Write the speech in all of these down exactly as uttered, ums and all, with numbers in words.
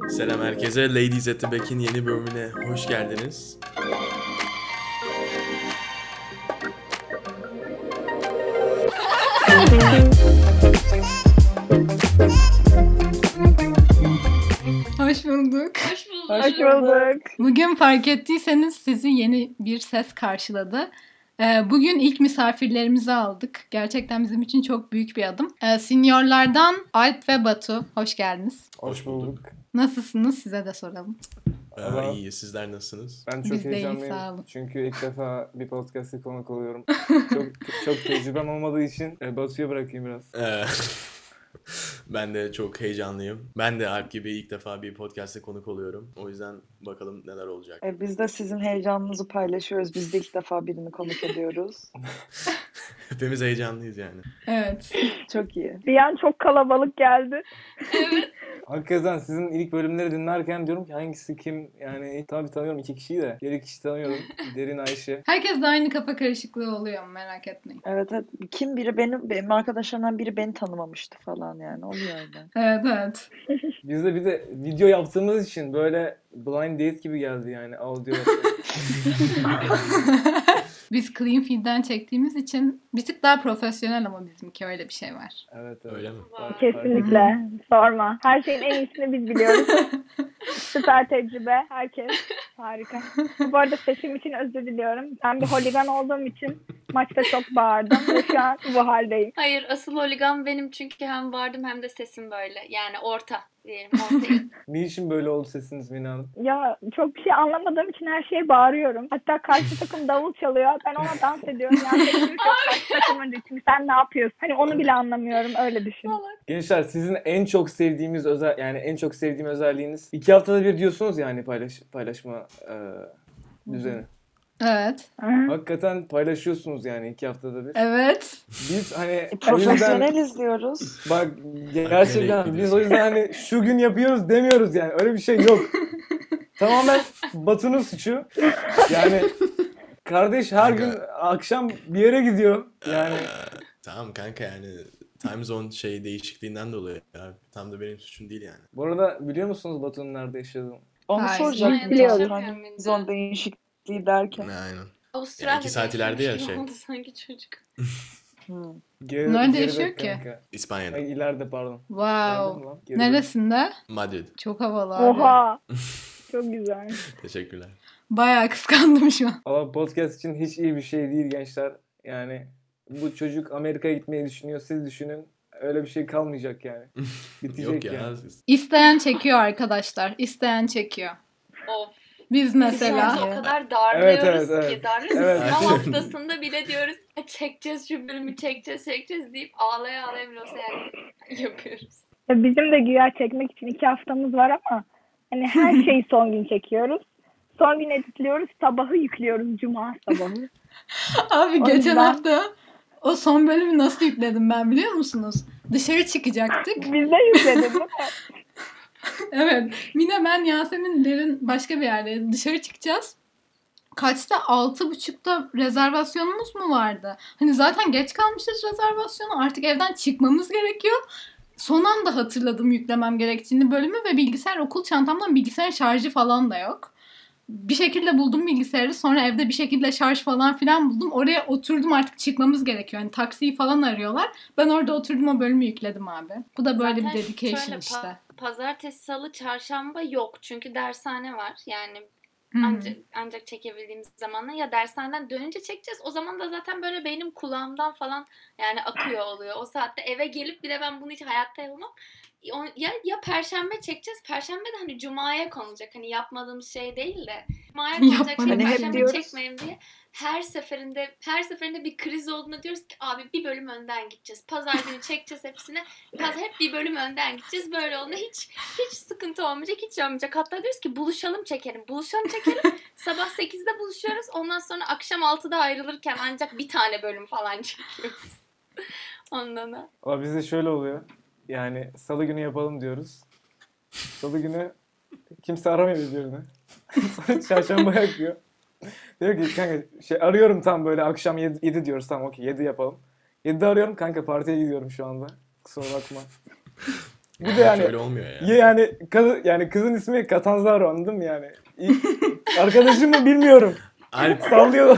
Selam herkese. Ladies at the Back'in yeni bölümüne hoş geldiniz. Hoş bulduk. Hoş bulduk. Hoş bulduk. Bugün fark ettiyseniz sizi yeni bir ses karşıladı. Ee, Bugün ilk misafirlerimizi aldık. Gerçekten bizim için çok büyük bir adım. Ee, Seniorlardan Alp ve Batu. Hoş geldiniz. Hoş bulduk. Nasılsınız? Size de soralım. Aa, iyi. Sizler nasılsınız? Ben çok Biz de iyiyiz, heyecanlıyım. sağ olun. Çünkü ilk defa bir podcast'e konuk oluyorum. çok çok tecrübem olmadığı için e, Batu'ya bırakayım biraz. Ee, ben de çok heyecanlıyım. Ben de Alp gibi ilk defa bir podcast'e konuk oluyorum. O yüzden bakalım neler olacak. E, biz de sizin heyecanınızı paylaşıyoruz. Biz de ilk defa birini konuk ediyoruz. Hepimiz heyecanlıyız yani. Evet. Çok iyi. Bir an çok kalabalık geldi. Evet. Hakikaten sizin ilk bölümleri dinlerken diyorum ki hangisi kim? Yani tabii tanıyorum iki kişiyi de. Diğer iki kişi tanıyorum. Derin Ayşe. Herkes de aynı kafa karışıklığı oluyor mu? Merak etmeyin. Evet, evet. Kim biri benim, benim arkadaşlarımdan biri beni tanımamıştı falan yani. Oluyor öyle. Evet evet. Biz de bir de video yaptığımız için böyle blind date gibi geldi yani audio. Biz Clean Feed'den çektiğimiz için bir tık daha profesyonel ama bizimki öyle bir şey var. Evet, evet. Öyle mi? Var- Kesinlikle. Sorma. Her şeyin en iyisini biz biliyoruz. Süper tecrübe. Herkes. Harika. Bu arada sesim için özür diliyorum. Ben bir holigan olduğum için maçta çok bağırdım ve şu an bu haldeyim. Hayır, asıl holigan benim çünkü hem vardım hem de sesim böyle. Yani orta diyelim, ortayım. Niçin böyle oldu sesiniz Mina Hanım? Ya çok bir şey anlamadığım için her şeye bağırıyorum. Hatta karşı takım davul çalıyor. Ben ona dans ediyorum. Yani sesim çok karşı takımın ritmi. Sen ne yapıyorsun? Hani onu bile anlamıyorum. Öyle düşün. Gençler sizin en çok sevdiğimiz özel yani en çok sevdiğim özelliğiniz iki haftada bir diyorsunuz yani paylaş paylaşma e, düzeni. Evet. Hı hı. Hakikaten paylaşıyorsunuz yani iki haftada bir. Evet. Biz hani E, o yüzden profesyoneliz diyoruz. bak gerçekten biz o yüzden hani şu gün yapıyoruz demiyoruz yani öyle bir şey yok. Tamamen Batu'nun suçu. Yani kardeş her gün akşam bir yere gidiyor. Yani Ee, tamam kanka yani time zone şey değişikliğinden dolayı ya. Tam da benim suçum değil yani. bu arada biliyor musunuz Batu'nun nerede yaşadığını? Onu Hayır, soracaktım. biliyoruz. Time zone değişikliği derken. Aynen. Avustralya'da Ya iki saat ileride ya yaşamış şey. gibi oldu sanki çocuk. Hmm. Geri, Nerede geride yaşıyor ki? kanka. İspanya'da. Ay, ileride pardon. Wow. İleride mi lan? Geride. Neresinde? Madrid. Çok havalı abi. Oha. Çok güzel. Teşekkürler. Bayağı kıskandım şu an. Ama podcast için hiç iyi bir şey değil gençler. Yani bu çocuk Amerika'ya gitmeyi düşünüyor. Siz düşünün. Öyle bir şey kalmayacak yani. Bitecek Yok ya. yani. İsteyen çekiyor arkadaşlar. İsteyen çekiyor. Of. Biz Mesela mesela. o kadar darlıyoruz Evet, evet, ki. evet. Darlıyoruz. Evet. Sınav haftasında bile diyoruz "Ya çekeceğiz şu bölümü, çekeceğiz, çekeceğiz" deyip ağlaya ağlaya bile olsa yani yapıyoruz. Ya bizim de güya çekmek için iki haftamız var ama hani her şeyi son gün çekiyoruz. Son gün editliyoruz. Sabahı yüklüyoruz. Cuma sabahı. Abi O geçen yüzden- hafta o son bölümü nasıl yükledim ben biliyor musunuz? Dışarı çıkacaktık. Biz de yükledik değil mi? Evet. Mine, ben, Yasemin, Derin başka bir yerde dışarı çıkacağız. Kaçta? Altı buçukta rezervasyonumuz mu vardı? Hani zaten geç kalmışız rezervasyonu. Artık evden çıkmamız gerekiyor. Son anda hatırladım yüklemem gerektiğini bölümü ve bilgisayar okul çantamdan bilgisayar şarjı falan da yok. Bir şekilde buldum bilgisayarı. Sonra evde bir şekilde şarj falan filan buldum. Oraya oturdum, artık çıkmamız gerekiyor. Yani taksiyi falan arıyorlar. Ben orada oturdum, o bölümü yükledim abi. Bu da böyle Zaten bir dedication şöyle, pa- işte. Pazartesi, salı, çarşamba yok. Çünkü dershane var. Yani Hı hı. ancak, ancak çekebildiğimiz zamanla ya dershaneden dönünce çekeceğiz. O zaman da zaten böyle benim kulağımdan falan yani akıyor oluyor. O saatte eve gelip bir de ben bunu hiç hayatta yapamam. O- Ya, ya perşembe çekeceğiz. Perşembe de hani cumaya konulacak. Hani yapmadığımız şey değil de. Cumaya konulacak şey Yapmadığımız Hani hep perşembe diyoruz. çekmeyelim diye. Her seferinde her seferinde bir kriz olduğunda diyoruz ki abi bir bölüm önden gideceğiz. Pazar günü çekeceğiz hepsini. Paz hep bir bölüm önden gideceğiz. Böyle olduğunda hiç hiç sıkıntı olmayacak, hiç olmayacak. Hatta diyoruz ki buluşalım çekelim. Buluşalım çekelim. Sabah sekizde buluşuyoruz. Ondan sonra akşam altıda ayrılırken ancak bir tane bölüm falan çekiyoruz. Ondan da. Ama bizde şöyle oluyor. Yani salı günü yapalım diyoruz. Salı günü kimse aramıyor birbirini. Sonra çarşamba yapıyor. Diyor ki kanka şey arıyorum tam böyle akşam yedi diyoruz, tamam okey yedi yapalım. yedide arıyorum kanka partiye gidiyorum şu anda. Kusura bakma. Bir de yani Öyle olmuyor ya. ya yani kız yani kızın ismi Catanzaro, anladın mı yani? İlk- Arkadaşım mı bilmiyorum. Alp Sallıyor.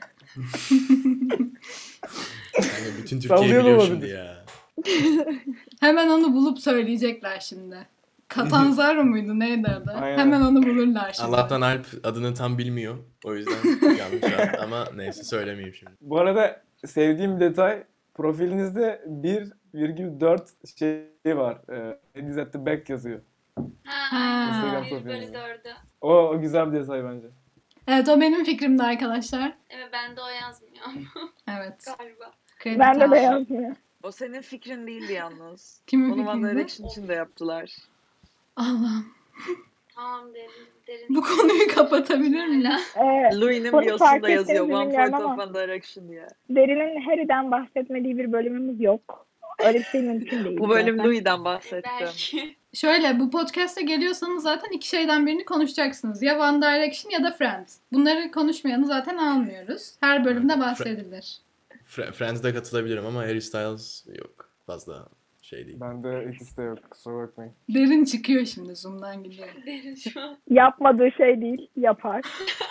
yani bütün Türkiye Sallıyor biliyor olabilir. şimdi ya. Hemen onu bulup söyleyecekler şimdi. Catanzaro muydu neydi adı? Aynen. Hemen onu bulurlar şimdi. Allah'tan Alp adını tam bilmiyor. O yüzden yanlış yaptı ama neyse söylemeyeyim şimdi. Bu arada sevdiğim bir detay, profilinizde bir virgül dört şey var. E, Ladies at the back yazıyor. Ha, Ha. aynen. Instagram Bir bölü profilinde. dördü. O, o güzel bir detay bence. Evet o benim fikrimdi arkadaşlar. Evet bende o yazmıyor Evet. galiba. Kredi Bende de aldım. yazmıyor. O senin fikrin değildi yalnız. Kimin Onu One fikriydi? Direction için de yaptılar. Allah'ım. Tamam derin. derin. Bu konuyu kapatabilir miyim? Hala. Ee, Louis'nin Bunu biosunda fark yazıyor ettiniz mi One bilmiyorum Fourth of ama- One Direction diye. Derin'in Harry'den bahsetmediği bir bölümümüz yok. Öyle bir şey mümkün değil. Bu bölüm zaten. Louis'den bahsettim. Belki. Şöyle bu podcast'a geliyorsanız zaten iki şeyden birini konuşacaksınız. Ya One Direction ya da Friends. Bunları konuşmayanı zaten almıyoruz. Her bölümde bahsedilir. Fr- Friends'de katılabilirim ama Harry Styles yok. Fazla şey değil. Bende ikisi de yok, kusura bakmayın. Derin çıkıyor şimdi Zoom'dan gidiyor. Derin şu an. Yapmadığı şey değil, yapar.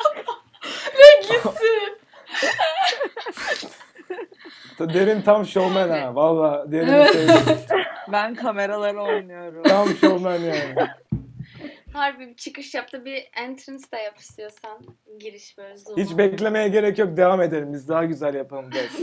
Derin tam şovmen ha. Valla Derin Evet. sevdim. Ben kameralara oynuyorum. Tam şovmen yani. Harbi bir çıkış yaptı. Bir entrance da yap istiyorsan. Giriş böyle zoom. Hiç beklemeye gerek yok, devam edelim. Biz daha güzel yapalım belki.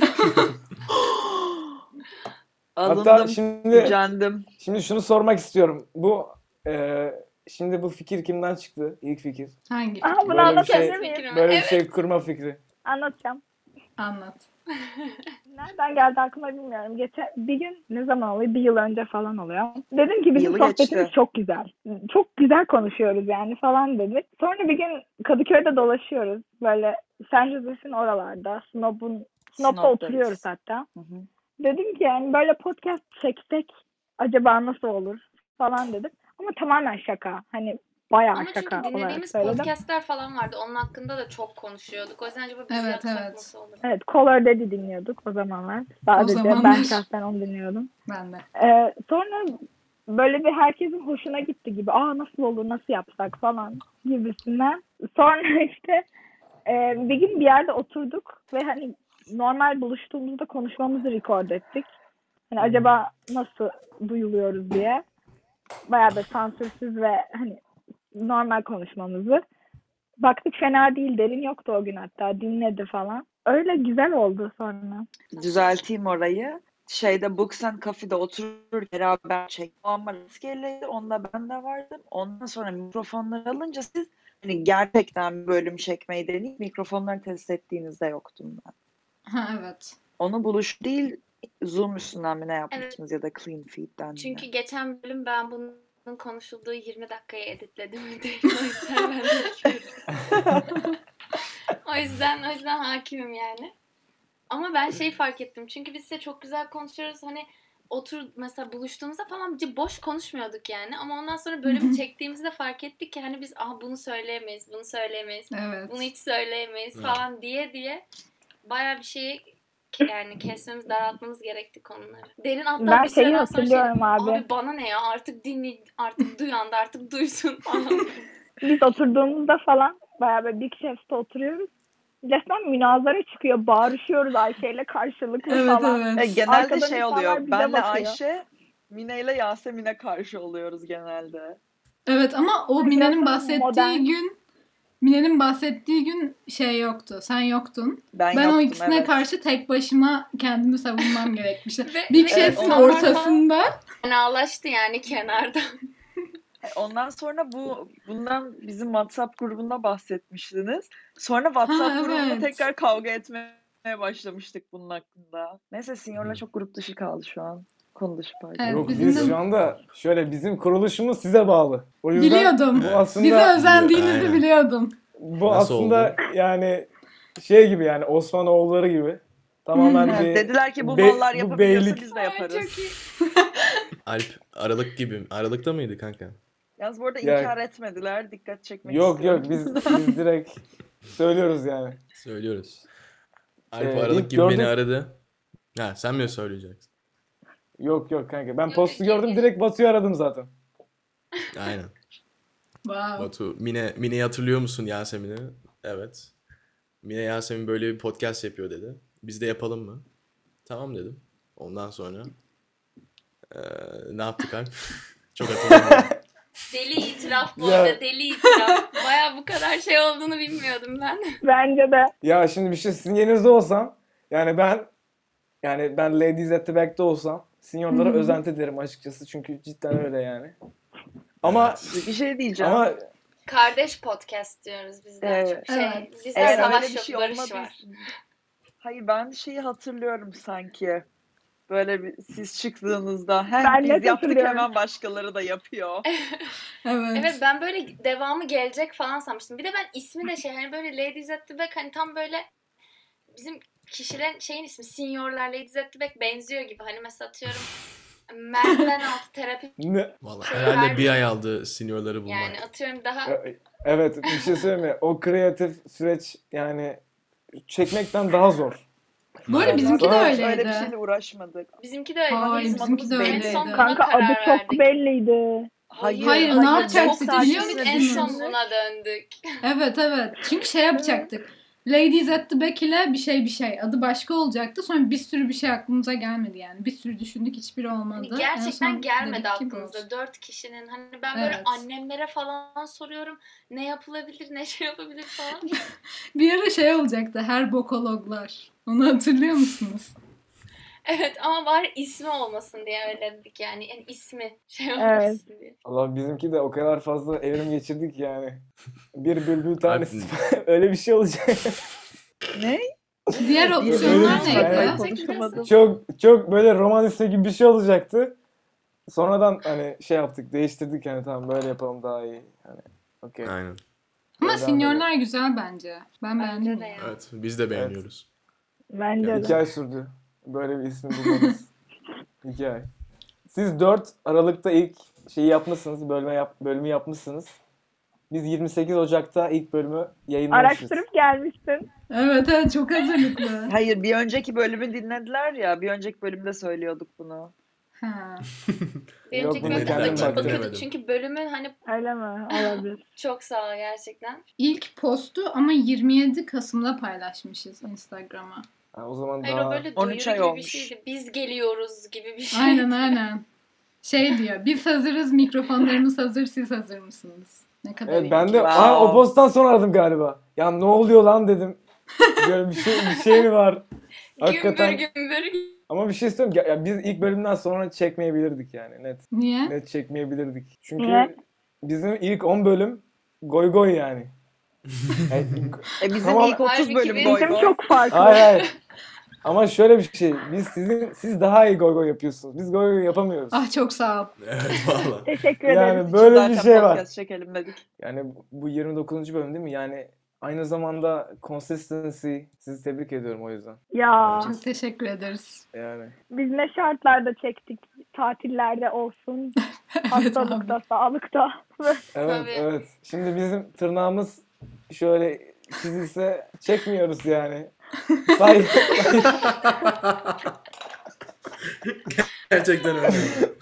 Hatta Alındım, şimdi gücendim. şimdi şunu sormak istiyorum. Bu e, şimdi bu fikir kimden çıktı? İlk fikir. Hangi Aha fikir? bunu Böyle bir anlatabilir şey- miyim? Fikrim. Böyle Evet. bir şey kurma fikri. Anlatacağım. Anlat. Nereden geldi aklıma bilmiyorum. Geçen bir gün ne zaman oluyor? Bir yıl önce falan oluyor. Dedim ki bizim Yılı sohbetimiz geçti. çok güzel. Çok güzel konuşuyoruz yani falan dedik. Sonra bir gün Kadıköy'de dolaşıyoruz. Böyle Saint Joseph'in oralarda. Snob'un Snob'da Snob'dayız. oturuyoruz hatta. Hı hı. Dedim ki yani böyle podcast çeksek acaba nasıl olur falan dedim. Ama tamamen şaka. Hani bayağı Ama çünkü şaka olarak dinlediğimiz söyledim. podcastler falan vardı. Onun hakkında da çok konuşuyorduk. O yüzden acaba biz Evet, yapsak evet. nasıl olur? Evet, Color Daddy dinliyorduk o zamanlar. Sadece zamanlar. ben şahsen onu dinliyordum. Ben de. Ee, sonra böyle bir herkesin hoşuna gitti gibi. Aa nasıl olur, nasıl yapsak falan gibisinden. Sonra işte e, bir gün bir yerde oturduk ve hani normal buluştuğumuzda konuşmamızı record ettik. Hani acaba nasıl duyuluyoruz diye. Bayağı da sansürsüz ve hani normal konuşmamızı. Baktık fena değil, Derin yoktu o gün hatta, dinledi falan. Öyle güzel oldu sonra. Düzelteyim orayı. Şeyde Books and Coffee'de oturur beraber çektim. O ama rastgeleydi. Onda ben de vardım. Ondan sonra mikrofonları alınca siz hani gerçekten bir bölüm çekmeyi deneyip mikrofonları test ettiğinizde yoktum ben. Ha evet. Onu buluş değil Zoom üstünden mi ne yapmışsınız ya da Clean Feed'den mi? Çünkü geçen bölüm ben bunun konuşulduğu yirmi dakikaya editledim. O yüzden ben de biliyorum. o yüzden o yüzden hakimim yani. Ama ben şey fark ettim. Çünkü biz size çok güzel konuşuyoruz. Hani otur mesela buluştuğumuzda falan bir boş konuşmuyorduk yani. Ama ondan sonra bölümü çektiğimizde fark ettik ki hani biz ah bunu söyleyemeyiz, bunu söyleyemeyiz, Evet. bunu hiç söyleyemeyiz Evet. falan diye diye bayağı bir şeyi ke- yani kesmemiz, daraltmamız gerekti konuları. Derin hatta Ben bir şeyi süreden sonra şey hatırlıyorum abi. abi bana ne ya artık dinle artık duyan da artık duysun falan. Biz oturduğumuzda falan bayağı böyle Big Chef'te oturuyoruz. Resmen münazara çıkıyor. Bağırışıyoruz Ayşe'yle karşılıklı Evet falan. E, evet. genelde Arkadan şey insanlar oluyor. bize Benle bakıyor. Ayşe, Mine ile Yasemin'e karşı oluyoruz genelde. Evet ama o Biraz Mine'nin daha bahsettiği modern. gün Mine'nin bahsettiği gün şey yoktu. Sen yoktun. Ben, Ben yoktum, o ikisine evet. karşı tek başıma kendimi savunmam gerekmişti. Ve- Big ve Chef'in onlar ortasında. Fenalaştı yani kenarda. Ondan sonra bu bundan bizim WhatsApp grubunda bahsetmiştiniz. Sonra WhatsApp Ha, grubunda evet. tekrar kavga etmeye başlamıştık bunun hakkında. Neyse Sinyor'la çok grup dışı kaldı şu an. Konu dışı pardon. Evet, Yok bizim biz de- şu anda şöyle bizim kuruluşumuz size bağlı. O yüzden Biliyordum. bu aslında Bize özendiğinizi Aynen. biliyordum. bu Nasıl aslında oldu? yani şey gibi yani Osmanoğulları gibi. Tamamen Evet, bir dediler ki bu be- mallar bu yapabiliyorsa beylik. biz de Ay, yaparız. çok iyi. Alp Aralık gibi. Aralık'ta mıydı kanka? Yalnız bu arada Ya- inkar etmediler. Dikkat çekmek Yok istiyorum. yok biz biz direkt söylüyoruz yani. Söylüyoruz. Alp Ee, Aralık ilk gibi beni gördük- aradı. Ha sen mi söyleyeceksin? Yok yok kanka. Ben Yok, postu yok, gördüm yok. direkt Batu'yu aradım zaten. Aynen. Wow. Batu, Mine, Mine'yi hatırlıyor musun Yasemin'i? Evet. Mine Yasemin böyle bir podcast yapıyor dedi. Biz de yapalım mı? Tamam dedim. Ondan sonra eee, ne yaptık Alp? Çok hatırlamıyorum. Deli itiraf bu Ya. arada, deli itiraf. Baya bu kadar şey olduğunu bilmiyordum ben. Bence de. Ya şimdi bir şey sizin yerinizde olsam yani ben yani ben Ladies at the Back'te olsam seniorlara Hı hı. özenti derim açıkçası çünkü cidden öyle yani. Ama Evet. Bir şey diyeceğim. ama Kardeş podcast diyoruz biz daha Evet. çok. Şey, Evet. bizde Eğer savaş öyle bir yok, şey barış olmadıysa... var. Hayır, ben şeyi hatırlıyorum sanki. Böyle bir siz çıktığınızda Heh, Ben biz net yaptık hatırlıyorum. hemen başkaları da yapıyor. Evet. Evet, ben böyle devamı gelecek falan sanmıştım. Bir de ben ismi de şey, hani böyle Ladies at the Back, hani tam böyle bizim kişilerin şeyin ismi, seniorlar Ladies at the Back benziyor gibi. Hani mesela atıyorum merdiven altı terapi, ne, Vallahi Şey herhalde vermiyor. bir ay aldı seniorları bulmak. yani atıyorum daha evet bir şey söyleyeyim mi? O kreatif süreç yani çekmekten daha zor. Bu arada bizimki de Sonra- öyleydi. Öyle bir şeyle uğraşmadık. bizimki de öyle. Hayır, Biz bizimki de en öyleydi. son buna Kanka karar adı çok verdik. belliydi. Hayır, Hayır, ne hayır, yapacaktık çok biliyor saçma En son musunuz? düşündük. buna döndük. Evet evet. Çünkü şey yapacaktık. Ladies at the Back ile bir şey bir şey. Adı başka olacaktı. Sonra bir sürü bir şey aklımıza gelmedi yani. Bir sürü düşündük, hiçbiri olmadı. Hani En gerçekten son gelmedi dedik ki bu aklımıza olsun. dört kişinin. Hani ben böyle Evet. annemlere falan soruyorum. Ne yapılabilir, ne şey yapabilir falan. Bir ara şey olacaktı. Her bokologlar. Onu hatırlıyor musunuz? Evet, ama bari ismi olmasın diye öyle dedik yani. Yani ismi şey Evet. olmasın diye. Allah bizimki de o kadar fazla evrim geçirdik yani. Bir bülbül tanesi öyle bir şey olacak. Ne? Diğer Bir opsiyonlar bölüm neydi? sayesinde konuşamadım. çok çok böyle roman ismi gibi bir şey olacaktı. Sonradan hani şey yaptık, değiştirdik yani tamam böyle yapalım daha iyi. Hani okey. Aynen. Ama Öyle seniorlar güzel bence. Ben Bence beğendim. de ya. ya. Evet. Biz de beğeniyoruz. Bence Yani de. İki ay sürdü böyle bir ismi bulmamız. İki ay. Siz dört Aralık'ta ilk şeyi yapmışsınız, bölme yap, bölümü yapmışsınız. Biz yirmi sekiz Ocak'ta ilk bölümü yayınlamışız. Araştırıp gelmiştin. Evet evet, çok hazırlıklı. Hayır, bir önceki bölümü dinlediler ya. Bir önceki bölümde söylüyorduk bunu. Ha. Bir Yok, önceki bunu bölümde kendim açıp baktım. bakıyorduk. Denemedim. Çünkü bölümün hani Öyle mi? Olabilir. çok sağ ol gerçekten. İlk postu ama yirmi yedi Kasım'da paylaşmışız Instagram'a. Ha, o zaman Hayır, daha o böyle on duyuru üç ay gibi bir olmuş. şeydi. Biz geliyoruz gibi bir şey. Aynen aynen. Şey diyor, biz hazırız, mikrofonlarımız hazır, siz hazır mısınız? Ne kadar evet, iyi. ben de Wow. aa, o posttan sonra aradım galiba. Ya ne oluyor lan dedim. Böyle bir şey bir şey mi var? Hakikaten. Gümbür gümbür. Ama bir şey söyleyeyim. Ya biz ilk bölümden sonra çekmeyebilirdik yani. Net. Niye? Net çekmeyebilirdik. Çünkü Niye? bizim ilk on bölüm goy goy yani. Yani E bizim Tamam. ilk otuz Halbuki bölüm biz- goy Bizim goy. çok farklı. hayır hayır. Ama şöyle bir şey. Biz sizin siz daha iyi goy goy yapıyorsunuz. Biz goy goy yapamıyoruz. Ah çok sağ ol. Evet valla. Teşekkür Yani ederiz. böyle Zaten bir şey var. podcast çekelim dedik. Yani bu yirmi dokuzuncu bölüm değil mi? Yani aynı zamanda consistency. Sizi tebrik ediyorum o yüzden. Ya Çok teşekkür ederiz. Yani. biz ne şartlarda çektik. Tatillerde olsun. Evet Hastalıkta, abi. sağlıkta. Evet Tabii. evet. Şimdi bizim tırnağımız şöyle çizilse çekmiyoruz yani. Say, say- Gerçekten öyle.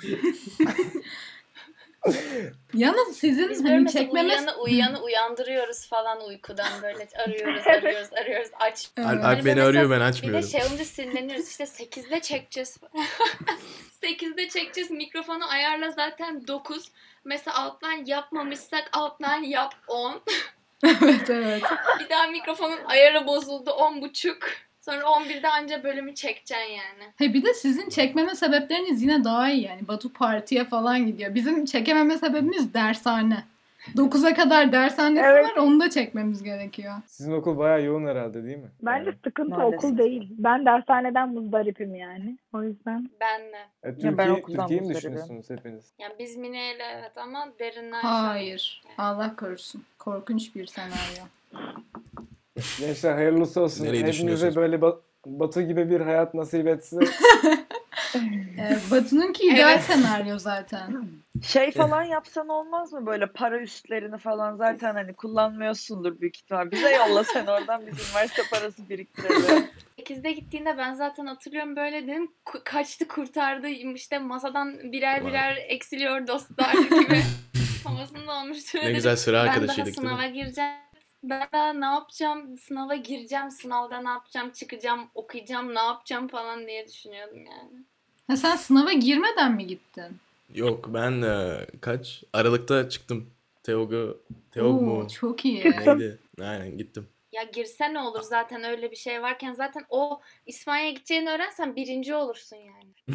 Yalnız sizin Biz böyle hani mesela çekmemiz... uyuyanı, uyuyanı uyandırıyoruz falan uykudan, böyle arıyoruz arıyoruz arıyoruz aç. Evet. Alp, Hani Alp beni mesela arıyor, ben Bir açmıyorum. de şey olunca sinirleniyoruz, işte sekizde çekeceğiz. sekizde çekeceğiz, mikrofonu ayarla zaten dokuz. Mesela outline yapmamışsak outline yap on. Evet evet. Bir daha mikrofonun ayarı bozuldu on buçuk. Sonra on birde anca bölümü çekeceksin yani. He bir de sizin çekmeme sebepleriniz yine daha iyi yani. Batu partiye falan gidiyor. Bizim çekememe sebebimiz dershane. dokuza kadar dershanesi Evet. var, onu da çekmemiz gerekiyor. Sizin okul bayağı yoğun herhalde değil mi? Bence Yani. sıkıntı Maalesef. okul değil. Ben dershaneden muzdaripim yani. O yüzden. Benle. E, Ya Türkiye, ben okuldan Türkiye'yi mi muzdaribim. düşünüyorsunuz hepiniz? Yani biz Mine'yle evet ama derinler. Hayır. Allah korusun. Korkunç bir senaryo. Gençler hayırlısı olsun. Nereyi Hepinize düşünüyorsunuz? böyle ba- Batu gibi bir hayat nasip etse. Ee, Batu'nunki ideal Evet. senaryo zaten. Şey falan yapsan olmaz mı? Böyle para üstlerini falan zaten hani kullanmıyorsundur büyük ihtimal. Bize yolla sen oradan, biz üniversite parası biriktirelim. sekizde gittiğinde ben zaten hatırlıyorum böyle dedim. Ku- kaçtı kurtardı işte masadan birer Vay. birer eksiliyor dostlar gibi havasında olmuştu. Ne Dedim, güzel sıra ben daha arkadaşıydık değil sınava mi? gireceğim. Ben daha ne yapacağım? Sınava gireceğim. Sınavda ne yapacağım? Çıkacağım, okuyacağım, ne yapacağım falan diye düşünüyordum yani. Ha, sen sınava girmeden mi gittin? Yok ben e, kaç? Aralıkta çıktım. Teogu, Teog Oo, mu? çok iyi. Neydi? Aynen gittim. Ya girse ne olur zaten öyle bir şey varken zaten o İspanya'ya gideceğini öğrensen birinci olursun yani.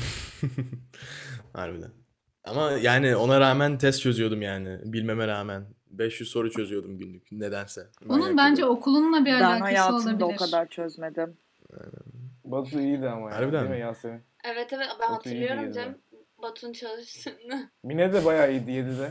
Harbiden. Ama yani ona rağmen test çözüyordum yani. Bilmeme rağmen. beş yüz soru çözüyordum günlük. Nedense. Onun Manyak bence gibi. okulunla bir Ben alakası hayatımda o olabilir. kadar çözmedim. Batu iyiydi ama ya. Harbiden Değil mi mi? Yasemin? Evet evet ben Batu iyiydi hatırlıyorum yedide. canım Batu'nun çalıştığını. Mine de bayağı iyiydi yedide.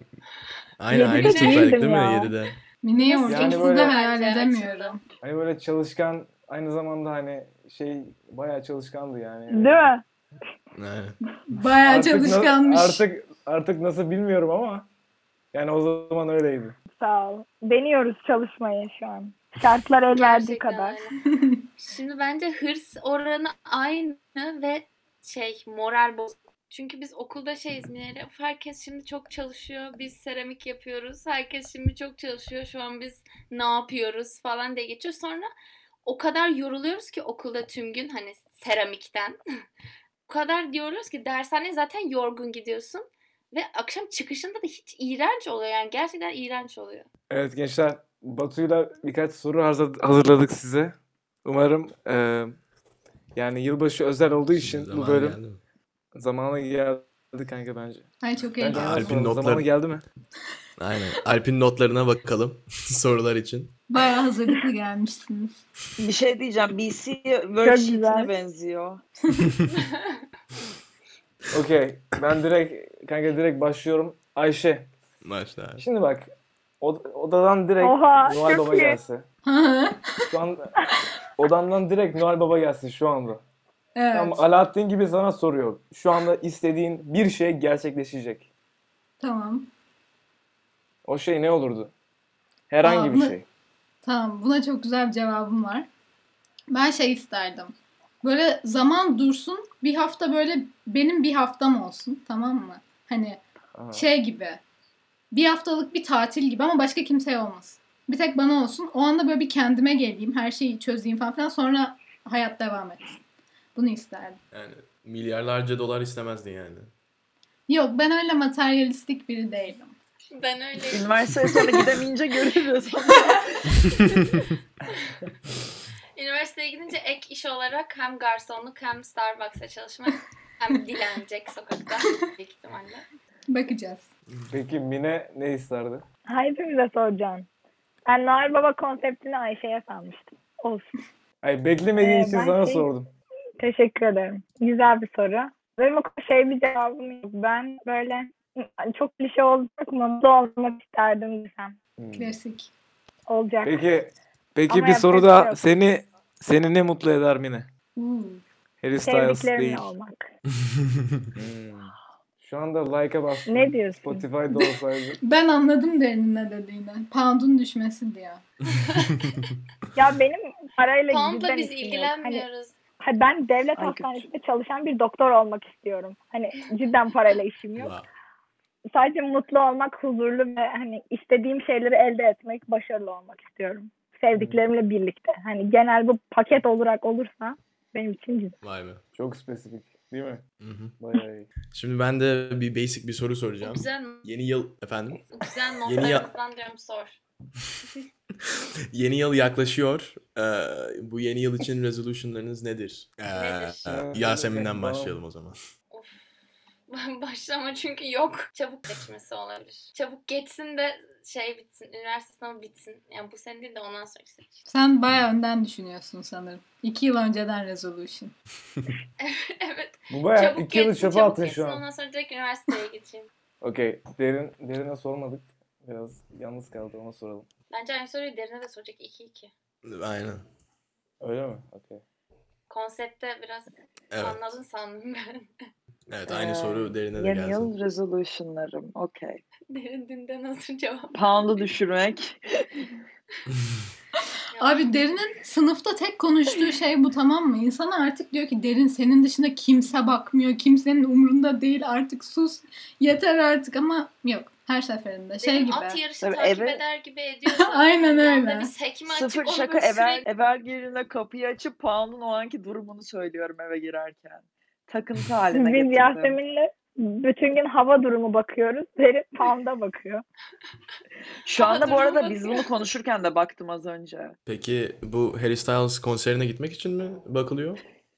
Aynen aynı Yedide sınıftaydık değildim değil mi? ya. yedide. Mine'yi Yani orada böyle- ikisi de hayal Bence edemiyorum. Hani böyle çalışkan, aynı zamanda hani şey bayağı çalışkandı yani. Değil mi? Aynen. Bayağı Artık na- çalışkanmış. Artık artık nasıl bilmiyorum ama yani o zaman öyleydi. Sağ ol. Deniyoruz çalışmayı şu an. Şartlar el verdiği Gerçekten kadar. öyle. Şimdi bence hırs oranı aynı ve şey moral bozuk. Çünkü biz okulda şeyiz Mine'yle. "Of, herkes şimdi çok çalışıyor. Biz seramik yapıyoruz. Herkes şimdi çok çalışıyor. Şu an biz ne yapıyoruz falan diye geçiyor. Sonra o kadar yoruluyoruz ki okulda tüm gün hani seramikten. O kadar yoruluyoruz ki dershaneye zaten yorgun gidiyorsun. Ve akşam çıkışında da hiç iğrenç oluyor. Yani gerçekten iğrenç oluyor. Evet gençler, Batu'yla birkaç soru hazır- hazırladık size. Umarım e, yani yılbaşı özel olduğu için Şimdi bu zamanı bölüm geldi mi? zamanı geldi kanka bence. Ay çok Bence heyecanlı. hemen Alp'in soralım. notları- Zamanı geldi mi? Aynen. Alp'in notlarına bakalım sorular için. Bayağı hazırlıklı gelmişsiniz. Bir şey diyeceğim. B C güzel. worksheet'ine benziyor. Okey. Ben direkt kanka direkt başlıyorum. Ayşe. Başla abi. Şimdi bak. od- Odadan direkt Oha, Noel çok Baba iyi. gelse. Şu an odandan direkt Noel Baba gelsin şu anda. Evet. Tamam, Alaaddin gibi sana soruyor. Şu anda istediğin bir şey gerçekleşecek. Tamam. O şey ne olurdu? Herhangi Aa, bir bu- şey. Tamam. Buna çok güzel bir cevabım var. Ben şey isterdim. Böyle zaman dursun. Bir hafta böyle benim bir haftam olsun. Tamam mı? Hani Aha. şey gibi. Bir haftalık bir tatil gibi ama başka kimseye olmasın. Bir tek bana olsun. O anda böyle bir kendime geleyim. Her şeyi çözeyim falan filan. Sonra hayat devam etsin. Bunu isterdim. Yani milyarlarca dolar istemezdin yani. Yok ben öyle materyalistik biri değilim. Ben öyle. Üniversiteye sonra gidemeyince görürüz. Üniversiteye gidince ek iş olarak hem garsonluk hem Starbucks'a çalışmak hem dilenecek sokakta büyük ihtimalle. Bakacağız. Peki Mine ne isterdi? Hepimize soracağım. Ben Noel Baba konseptini Ayşe'ye sanmıştım. Olsun. Ay beklemediğin Ee, için ben sana şey- sordum. Teşekkür ederim. Güzel bir soru. Benim o kadar şey bir cevabım yok. Ben böyle çok klişe olacak mı? Mutlu olmak isterdim desem. Hmm. Klasik. Olacak. Peki peki Ama bir yapacak soru bir şey da yok. seni seni ne mutlu eder Mine? Uuu. Harry Styles değil. Sevdiklerimle olmak. Hmm. Şu anda like'a bastım. Ne diyorsun? Spotify'da olsaydı. Ben anladım derinin ne dediğini. Pound'un düşmesi diyor. Ya benim parayla Pound'la cidden biz işim yok. ilgilenmiyoruz. Hani, ben devlet Ay, hastanesinde çalışan bir doktor olmak istiyorum. Hani cidden parayla işim yok. Wow. Sadece mutlu olmak, huzurlu ve hani istediğim şeyleri elde etmek, başarılı olmak istiyorum. Sevdiklerimle birlikte. Hani genel bu paket olarak olursa benim için güzel. Vay be. Çok spesifik değil mi? Hı hı. Bayağı iyi. Şimdi ben de bir basic bir soru O soracağım. güzel, Yeni yıl efendim. o güzel Yeni ya- notlarınızdan diyorum sor. Yeni yıl yaklaşıyor. Ee, bu yeni yıl için resolution'larınız nedir? Ee, Nedir? e, Yasemin'den başlayalım o zaman. Of. Başlama çünkü yok. Çabuk geçmesi olabilir. Çabuk geçsin de şey bitsin, üniversite sınavı bitsin. Yani bu sene değil de ondan sonra seç. Sen bayağı önden düşünüyorsun sanırım. İki yıl önceden resolution. Evet. Bu bayağı Çabuk iki yılı geçsin, çöpe çabuk attın geçsin. şu an. Ondan sonra direkt üniversiteye geçeyim. Okey. Derin, derine sormadık. Biraz yalnız kaldı, ona soralım. Bence aynı soruyu derine de soracak. iki iki. Aynen. Öyle mi? Okey. Konsepte biraz Evet. anladın sandım ben. Evet aynı Ee, soru derine de Yeni gelsin. yıl resolution'larım. Okey. Derin dünden nasıl cevap? Pound'u düşürmek. Abi Derin'in sınıfta tek konuştuğu şey bu, tamam mı? İnsan artık diyor ki Derin, senin dışında kimse bakmıyor. Kimsenin umurunda değil, artık sus. Yeter artık, ama yok. Her seferinde şey Benim gibi. at yarışı Tabii takip eve- eder gibi ediyorsun. Aynen Bir anda öyle. Bir sekme açıp Sıfır onu şaka, böyle Ever, sürekli... Evergreen'e kapıyı açıp Pound'un o anki durumunu söylüyorum eve girerken. Takıntı haline Biz getirdim. Yasemin'le bütün gün hava durumu bakıyoruz. Derin Pound'a bakıyor. Şu anda bu Hava arada durumu biz bakıyor. bunu konuşurken de baktım az önce. Peki bu Harry Styles konserine gitmek için mi bakılıyor?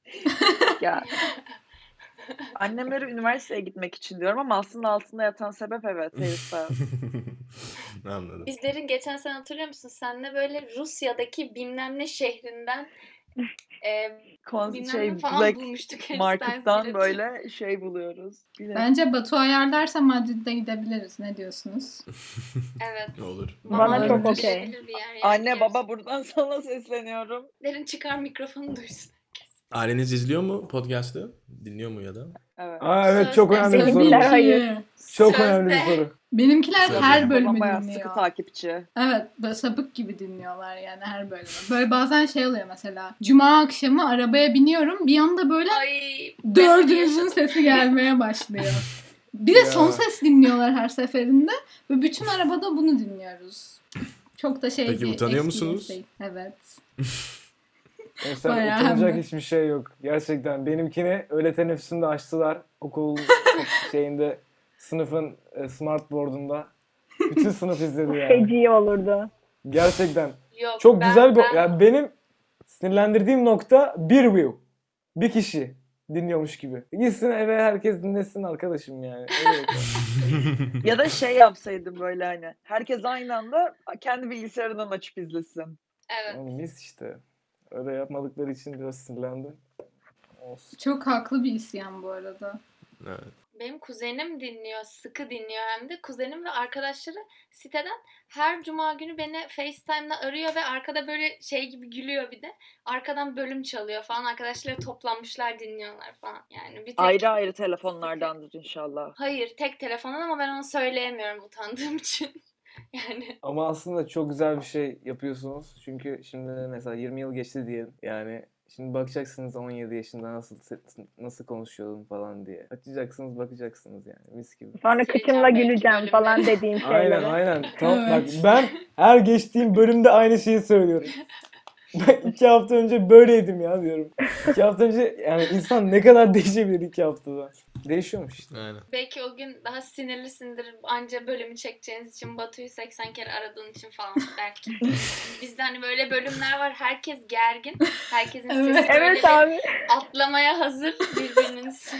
Ya annemleri üniversiteye gitmek için diyorum ama aslında altında yatan sebep evet Harry Styles. Anladım. Bizlerin geçen sene hatırlıyor musun? Seninle böyle Rusya'daki bilmem ne şehrinden e, Kon bilmem şey ne falan Black bulmuştuk. Harry Styles Market'tan bileti. böyle şey buluyoruz. Bilet. Bence Batu ayarlarsa Madrid'de gidebiliriz. Ne diyorsunuz? Evet. Olur. Bana Vallahi çok okey. gidilebilir bir yer yani Anne gerçekten. baba buradan sana sesleniyorum. Derin çıkar mikrofonu duysun. Aileniz izliyor mu podcast'ı? Dinliyor mu ya da? Evet. Aa evet, çok Sözde önemli bir soru. sevgililer, bu. hayır. Çok Sözde. önemli bir soru. Benimkiler Tabii. her Babam bölümü bayağı dinliyor. sıkı takipçi. Evet, böyle sapık gibi dinliyorlar yani her bölümü. Böyle bazen şey oluyor mesela. Cuma akşamı arabaya biniyorum. Bir anda böyle Ay, dördünüzün sesi gelmeye başlıyor. Bir de Ya. son ses dinliyorlar her seferinde. Ve bütün arabada bunu dinliyoruz. Çok da şey Peki bir utanıyor experience musunuz? değil. Evet. Mesela Bayağı utanacak hem de. hiçbir şey yok. Gerçekten benimkini öğle teneffüsünde açtılar. Okulun şeyinde, sınıfın e, smartboard'unda. Bütün sınıf izledi yani. Feci olurdu. Gerçekten. Yok, Çok ben- güzel bir... ben- Yani benim sinirlendirdiğim nokta bir view. Bir kişi dinliyormuş gibi. Gitsin eve, herkes dinlesin arkadaşım yani. Öyle yapalım. Ya da şey yapsaydım böyle hani. Herkes aynı anda kendi bilgisayarından açıp izlesin. Evet. Yani mis işte. Öyle yapmadıkları için biraz sinirlendim. Olsun. Çok haklı bir isyan bu arada. Evet. Benim kuzenim dinliyor, sıkı dinliyor hem de. Kuzenim ve arkadaşları siteden her cuma günü beni FaceTime'la arıyor ve arkada böyle şey gibi gülüyor bir de. Arkadan bölüm çalıyor falan. Arkadaşları toplanmışlar dinliyorlar falan. Yani bir tek... Ayrı ayrı telefonlardandır inşallah. Hayır, tek telefondan ama ben onu söyleyemiyorum utandığım için. Yani Ama aslında çok güzel bir şey yapıyorsunuz. Çünkü şimdi mesela yirmi yıl geçti diyelim. Yani şimdi bakacaksınız on yedi yaşında nasıl nasıl konuşuyordum falan diye. Açacaksınız, bakacaksınız yani mis gibi. Sonra Sileceğim kıçımla belki güleceğim bölümleri. falan dediğim şeyleri. Aynen aynen. Tam, Evet. bak ben her geçtiğim bölümde aynı şeyi söylüyorum. Ben iki hafta önce böyleydim ya diyorum. İki hafta önce yani insan ne kadar değişebilir iki haftada. Değişiyormuş işte. Aynen. belki o gün daha sinirlisindir. Anca bölümü çekeceğiniz için Batu'yu seksen kere aradığın için falan belki. Bizde hani böyle bölümler var. Herkes gergin. Herkesin sesi Evet. böyle Evet bir abi. atlamaya hazır birbirinin üstüne.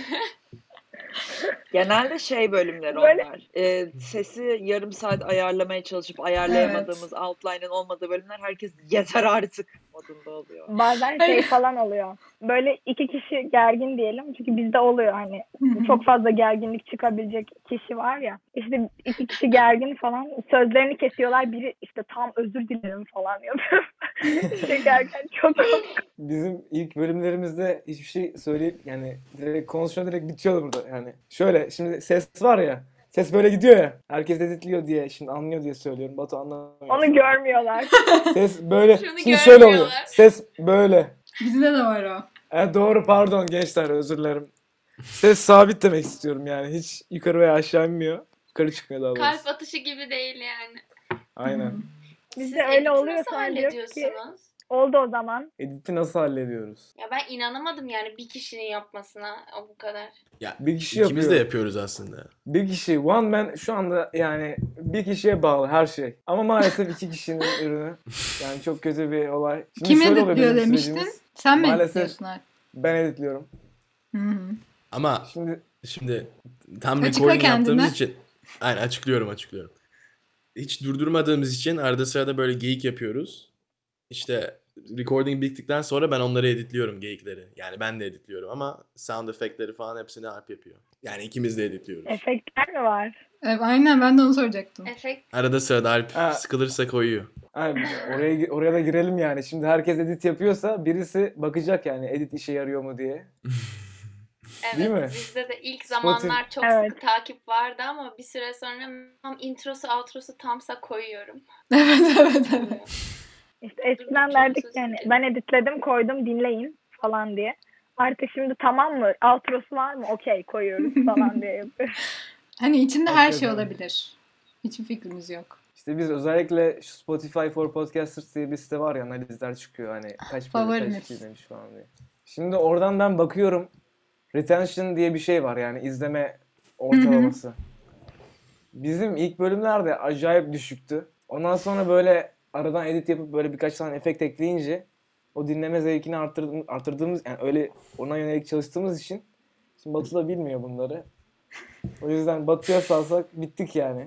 Genelde şey bölümler Böyle- onlar. Ee, sesi yarım saat ayarlamaya çalışıp ayarlayamadığımız outline'ın olmadığı bölümler herkes yeter artık modunda oluyor. Bazen şey falan oluyor. Böyle iki kişi gergin diyelim. Çünkü bizde oluyor hani. Çok fazla gerginlik çıkabilecek kişi var ya. İşte iki kişi gergin falan. Sözlerini kesiyorlar. Biri işte tam özür dilerim falan yapıyor. Çekerken çok Bizim ilk bölümlerimizde hiçbir şey söyleyip yani direkt konuşma direkt bitiyordu burada yani. Şöyle şimdi ses var ya. Ses böyle gidiyor ya. Herkes editliyor diye şimdi anlıyor diye söylüyorum. Batu anlamıyor. onu görmüyorlar. Ses böyle. Şunu Şimdi şöyle oluyor. görmüyorlar. Ses böyle. Bizde de var o. Evet doğru pardon gençler özür dilerim. Ses sabit demek istiyorum yani. Hiç yukarı veya aşağı inmiyor. Yukarı çıkmıyor daha doğrusu. Kalp atışı gibi değil yani. Aynen. Siz Bizde öyle editi oluyor nasıl sonra diyor ki hallediyorsunuz? oldu o zaman. Editi nasıl hallediyoruz? Ya ben inanamadım yani bir kişinin yapmasına o bu kadar. Ya Bir kişi ikimiz de yapıyor. yapıyoruz aslında. Bir kişi, one man şu anda yani bir kişiye bağlı her şey. Ama maalesef iki kişinin ürünü. Yani çok kötü bir olay. Şimdi Kim şöyle oluyor editliyor bizim demiştin? sürecimiz. Sen mi Maalesef- editliyorsun artık? Ben editliyorum. Hı hı. Ama Şimdi şimdi tam Açıkla recording kendine. yaptığımız için aynen açıklıyorum açıklıyorum. Hiç durdurmadığımız için arada sırada böyle geyik yapıyoruz. İşte recording bittikten sonra ben onları editliyorum geyikleri. Yani ben de editliyorum ama sound efektleri falan hepsini Alp yapıyor. Yani ikimiz de editliyoruz. Efektler mi var? Evet, aynen ben de onu soracaktım. Efekt Arada sırada Alp Ha. sıkılırsa koyuyor. ay, oraya oraya da girelim yani. Şimdi herkes edit yapıyorsa birisi bakacak yani edit işe yarıyor mu diye. evet Değil mi? bizde de ilk Spotify- zamanlar çok Evet. sıkı takip vardı ama bir süre sonra tam introsu outrosu tamsa koyuyorum. Evet evet evet. İşte eskiden Çok derdik sözünü yani kestim. ben editledim koydum dinleyin falan diye. Artık şimdi tamam mı? Outrosu var mı? Okey koyuyoruz falan diye yapıyoruz. Hani içinde her şey Hakikaten. olabilir. Hiçbir fikrimiz yok. İşte biz özellikle şu Spotify for Podcasters diye bir site var ya, analizler çıkıyor hani kaç bölüm Favorimiz. kaç kişi izlemiş falan diye. Şimdi oradan ben bakıyorum, retention diye bir şey var, yani izleme ortalaması. Bizim ilk bölümlerde acayip düşüktü. Ondan sonra böyle aradan edit yapıp böyle birkaç tane efekt ekleyince o dinleme zevkini arttırdım, arttırdığımız, yani öyle ona yönelik çalıştığımız için şimdi Batu da bilmiyor bunları. O yüzden Batu'ya salsak bittik yani.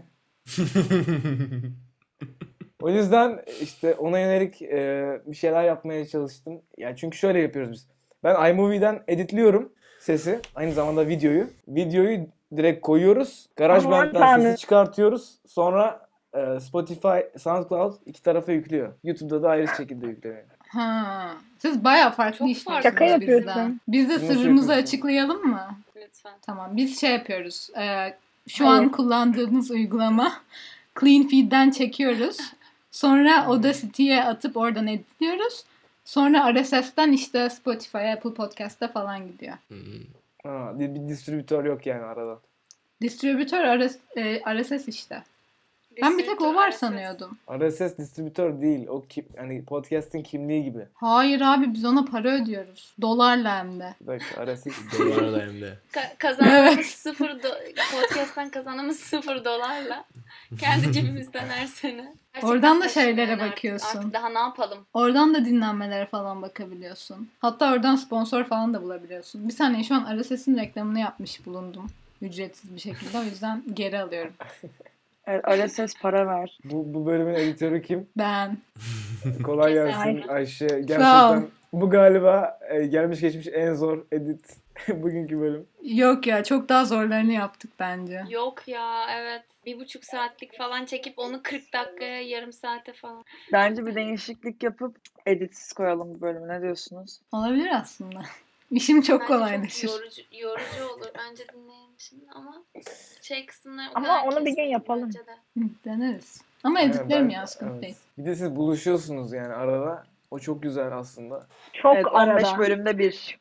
O yüzden işte ona yönelik e, bir şeyler yapmaya çalıştım. Yani çünkü şöyle yapıyoruz biz. Ben iMovie'den editliyorum sesi, aynı zamanda videoyu. Videoyu direkt koyuyoruz. Aman GarageBand'den tanrım. sesi çıkartıyoruz. Sonra e, Spotify, SoundCloud iki tarafa yüklüyor. YouTube'da da ayrı şekilde yükleniyor. Ha. Siz bayağı farklı Çok işliyorsunuz farklı. Şaka yapıyorsun. bizden. Biz de Siz nasıl sırrımızı yapıyorsunuz? açıklayalım mı? Lütfen. Tamam. Biz şey yapıyoruz. Ee, şu Hayır. an kullandığımız uygulama Clean Feed'den çekiyoruz. Sonra Audacity'ye atıp oradan editliyoruz. Sonra R S S'ten işte Spotify, Apple Podcast'ta falan gidiyor. Hmm. Ha, bir, bir distribütör yok yani arada. Distribütör R S, e, R S S işte. Ben bir tek o var R S S. sanıyordum. R S S distribütör değil. O kim, yani podcast'in kimliği gibi. Hayır abi biz ona para ödüyoruz. Dolarla hem de. Bir dakika, R S S. Dolarla hem de. Ka- kazandığımız Evet. sıfır do- podcast'tan kazandığımız sıfır dolarla kendi cebimizden her sene. Gerçekten Oradan da taşın şeylere yani artık- bakıyorsun. Artık daha ne yapalım? Oradan da dinlenmelere falan bakabiliyorsun. Hatta oradan sponsor falan da bulabiliyorsun. Bir saniye şu an R S S'in reklamını yapmış bulundum. Ücretsiz bir şekilde. O yüzden geri alıyorum. Evet, R S S para ver. Bu, bu bölümün editörü kim? Ben. Kolay Kesin. gelsin Ayşe. Sağ ol. Gerçekten bu galiba e, gelmiş geçmiş en zor edit bugünkü bölüm. Yok ya çok daha zorlarını yaptık bence. Yok ya evet. Bir buçuk saatlik falan çekip onu kırk dakikaya yarım saate falan. Bence bir değişiklik yapıp editsiz koyalım bu bölümü. Ne diyorsunuz? Olabilir aslında. İşim çok Bence kolaylaşır. çok yorucu, yorucu olur bence dinleyen için ama şey kısımları o Ama kadar onu bir gün kesmeyelim yapalım. bence de. Hı, deneriz. Ama Yani editlerim ben- ya sıkıntı evet. değil. Bir de siz buluşuyorsunuz yani arada. O çok güzel aslında. Çok Evet, on beş arada. bölümde bir.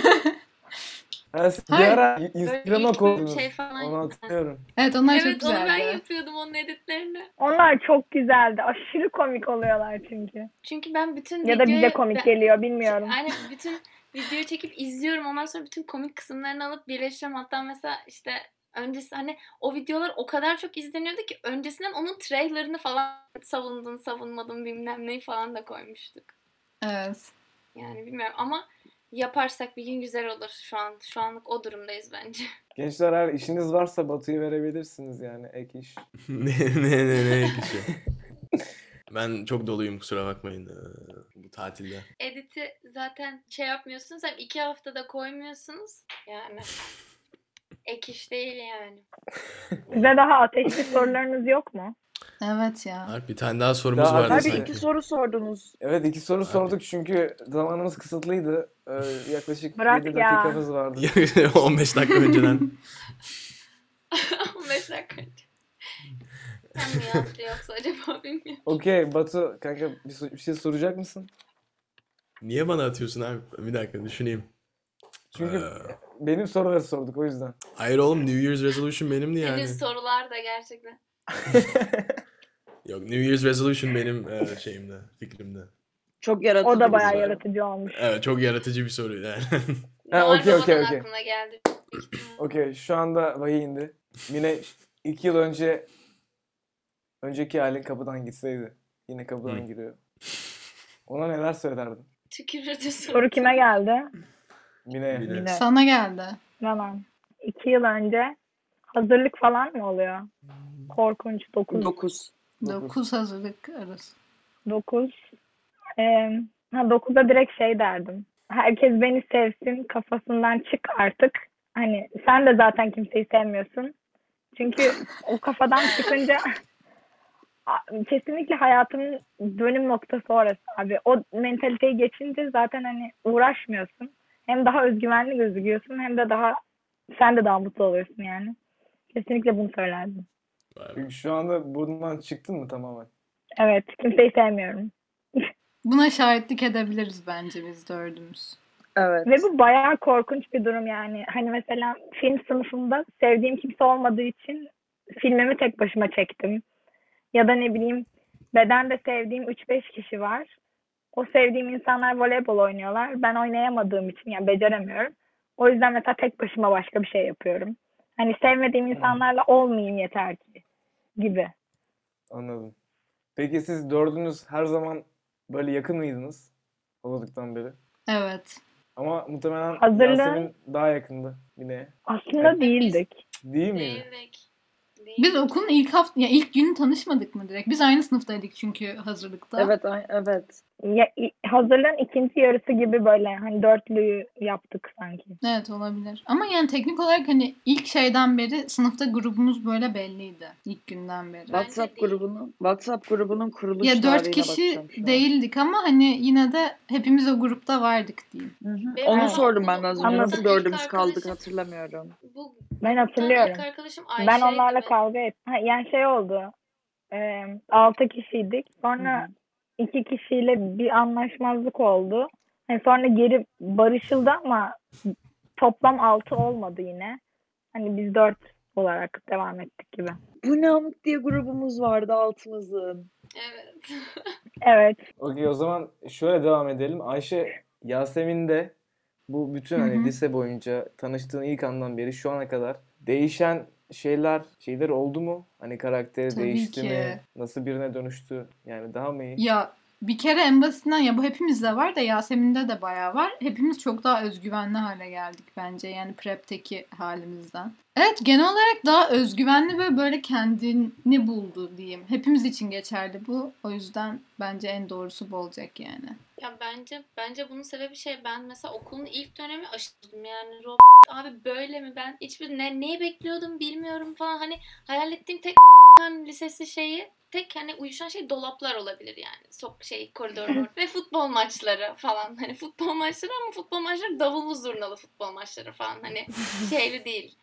Ha, siz bir Hayır. ara Böyle Instagram'a ilk bölüm koydunuz. şey falan- Onu hatırlıyorum. Evet onlar çok Evet onu ben güzeldi. yapıyordum onun editlerini. Onlar çok güzeldi. Aşırı komik oluyorlar çünkü. Çünkü ben bütün Ya da bize videoyu- komik ben- geliyor bilmiyorum. Yani bütün videoyu çekip izliyorum. Ondan sonra bütün komik kısımlarını alıp birleştiriyorum. Hatta mesela işte öncesi hani o videolar o kadar çok izleniyordu ki öncesinden onun trailerını falan savundun, savunmadın bilmem neyi falan da koymuştuk. Evet. Yani bilmiyorum ama yaparsak bir gün güzel olur şu an. Şu anlık o durumdayız bence. Gençler eğer işiniz varsa Batu'yu verebilirsiniz yani ek iş. ne ne ne ne kişi. Ben çok doluyum kusura bakmayın ee, bu tatilde. Edit'i zaten şey yapmıyorsunuz. Hem iki haftada koymuyorsunuz. Yani ek iş değil yani. Size daha ateşli sorularınız yok mu? Evet ya. Alp, bir tane daha sorumuz Daha vardı Hadi Abi sanki. iki soru sordunuz. Evet, iki soru Abi. sorduk çünkü zamanımız kısıtlıydı. Ee, yaklaşık Bırak yedi ya. dakikamız vardı. on beş dakika önceden. on beş dakika önce. Sen mi yazdı yoksa acaba bilmiyorum. Okey Batu kanka bir, so- bir şey soracak mısın? Niye bana atıyorsun abi? Bir dakika düşüneyim. Çünkü Ee, benim soruları sorduk o yüzden. Hayır oğlum New Year's Resolution benimdi Senin yani. sorular da gerçekten. Yok New Year's Resolution benim e, şeyimde, fikrimde. Çok yaratıcı O da bir bayağı soru. yaratıcı olmuş. Evet çok yaratıcı bir soru yani. Ha, Noel okey, okey, Baba'dan okey. aklıma geldi. büyük ihtimalle. Okey şu anda vahiy indi. Mine iki yıl önce önceki halin kapıdan gitseydi. Yine kapıdan Hı. giriyor. Ona neler söylerdin? Tükürürdü Soru kime geldi? Mine'ye. Mine. Yine. Sana geldi. Tamam. İki yıl önce hazırlık falan mı oluyor? Korkunç. Dokuz. Dokuz. Dokuz. Dokuz hazırlık arası. Dokuz. Ee, ha, dokuzda direkt şey derdim. Herkes beni sevsin, kafasından çık artık. Hani sen de zaten kimseyi sevmiyorsun. Çünkü o kafadan çıkınca a- kesinlikle hayatımın dönüm noktası orası abi. O mentaliteyi geçince zaten hani uğraşmıyorsun. Hem daha özgüvenli gözüküyorsun hem de daha sen de daha mutlu oluyorsun yani. Kesinlikle bunu söylerdim. Vay be. Çünkü şu anda bundan çıktın mı tamamen? Evet, kimseyi sevmiyorum. Buna şahitlik edebiliriz bence biz dördümüz. Evet. Ve bu bayağı korkunç bir durum yani. Hani mesela film sınıfında sevdiğim kimse olmadığı için filmimi tek başıma çektim. Ya da ne bileyim bedende sevdiğim üç beş kişi var. O sevdiğim insanlar voleybol oynuyorlar. Ben oynayamadığım için yani beceremiyorum. O yüzden mesela tek başıma başka bir şey yapıyorum. Hani sevmediğim insanlarla olmayayım yeter ki gibi. Anladım. Peki siz dördünüz her zaman böyle yakın mıydınız? Hazırlıktan beri. Evet. Ama muhtemelen Hazırlığın- Yasemin daha yakındı yine. Aslında Evet. değildik. Değil miydi? Değildik. Biz okulun ilk hafta ya ilk günü tanışmadık mı direkt? Biz aynı sınıftaydık çünkü hazırlıkta. Evet, ay- evet. Ya, i- hazırlığın ikinci yarısı gibi böyle hani dörtlüyü yaptık sanki. Evet olabilir. Ama yani teknik olarak hani ilk şeyden beri sınıfta grubumuz böyle belliydi. İlk günden beri. WhatsApp değil. grubunun WhatsApp grubunun kuruluş Ya dört tarihine kişi bakacağım şu an. değildik ama hani yine de hepimiz o grupta vardık diyeyim. Hı hı. Benim Onu ama sordum ben de okulun- az önce. Anladım. Nasıl ilk dördümüz kaldık arkadaşım- hatırlamıyorum. Bu Ben gruptan hatırlıyorum. ilk arkadaşım Ben Ayşe'ydi onlarla ve- kavga ettim. Ha, yani şey oldu. E, altı kişiydik. Sonra Hı hı. iki kişiyle bir anlaşmazlık oldu. Hani sonra geri barışıldı ama toplam altı olmadı yine. Hani biz dört olarak devam ettik gibi. Bu ne amık diye grubumuz vardı altımızın. Evet. Evet. Okey, o zaman şöyle devam edelim. Ayşe, Yasemin de bu bütün hani Hı hı. lise boyunca tanıştığın ilk andan beri şu ana kadar değişen şeyler şeyler oldu mu? Hani karakteri Tabii değişti ki. mi? Nasıl birine dönüştü? Yani daha mı iyi? Ya bir kere en basitinden ya bu hepimizde var da Yasemin'de de bayağı var. Hepimiz çok daha özgüvenli hale geldik bence. Yani prep'teki halimizden. Evet genel olarak daha özgüvenli ve böyle kendini buldu diyeyim. Hepimiz için geçerli bu. O yüzden bence en doğrusu bu olacak yani. Ya bence bence bunun sebebi şey, ben mesela okulun ilk dönemi aşırdım yani Rob abi böyle mi, ben hiçbir ne neyi bekliyordum bilmiyorum falan, hani hayal ettiğim tek lisesi şeyi, tek hani uyuşan şey dolaplar olabilir yani, sok şey koridorlar ve futbol maçları falan, hani futbol maçları ama futbol maçları davullu zurnalı futbol maçları falan, hani şeyli değil.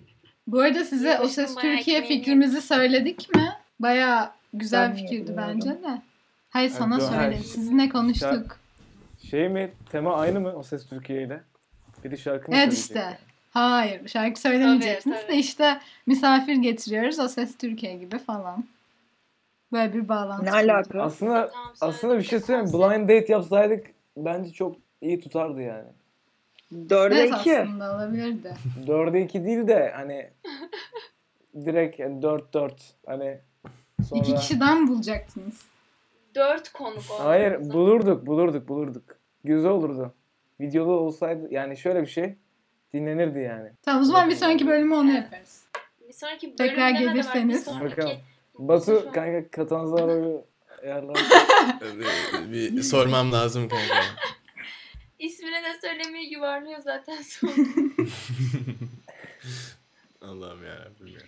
Bu arada size O Yılbaşının Ses bayağı Türkiye ekmeğini fikrimizi söyledik mi? Bayağı güzel Ben fikirdi bilmiyorum. bence de. Hayır sana dö- söyle. ha, Sizinle konuştuk. Şey mi? Tema aynı mı O Ses Türkiye ile? Biri şarkı mı Evet söyleyecek? işte. Hayır şarkı söylemeyeceksiniz Tabii, de tabii. işte misafir getiriyoruz O Ses Türkiye gibi falan. Böyle bir bağlantı Ne kurduk. alaka? Aslında Tamam, aslında bir şey söyledik de söyleyeyim mi? konsept. Blind date yapsaydık bence çok iyi tutardı yani. Dörde Evet iki. aslında olabilirdi. dörde iki değil de hani direkt yani dört dört hani sonra... İki kişiden bulacaktınız. Dört konuk Hayır, olmamıza. bulurduk bulurduk bulurduk. Güzel olurdu. Videolu olsaydı yani şöyle bir şey dinlenirdi yani. Tamam o zaman bir Bakın sonraki yani. bölümü onu Evet. yaparız. Bir sonraki Tekrar bölümleme de var. Bir gelirseniz. Bakalım. sonraki Batu kanka Katanzaro'yu ayarlar. Bir, bir sormam lazım kanka. ismini de söylemeyi yuvarlıyor zaten son. Allah'ım yarabbim ya.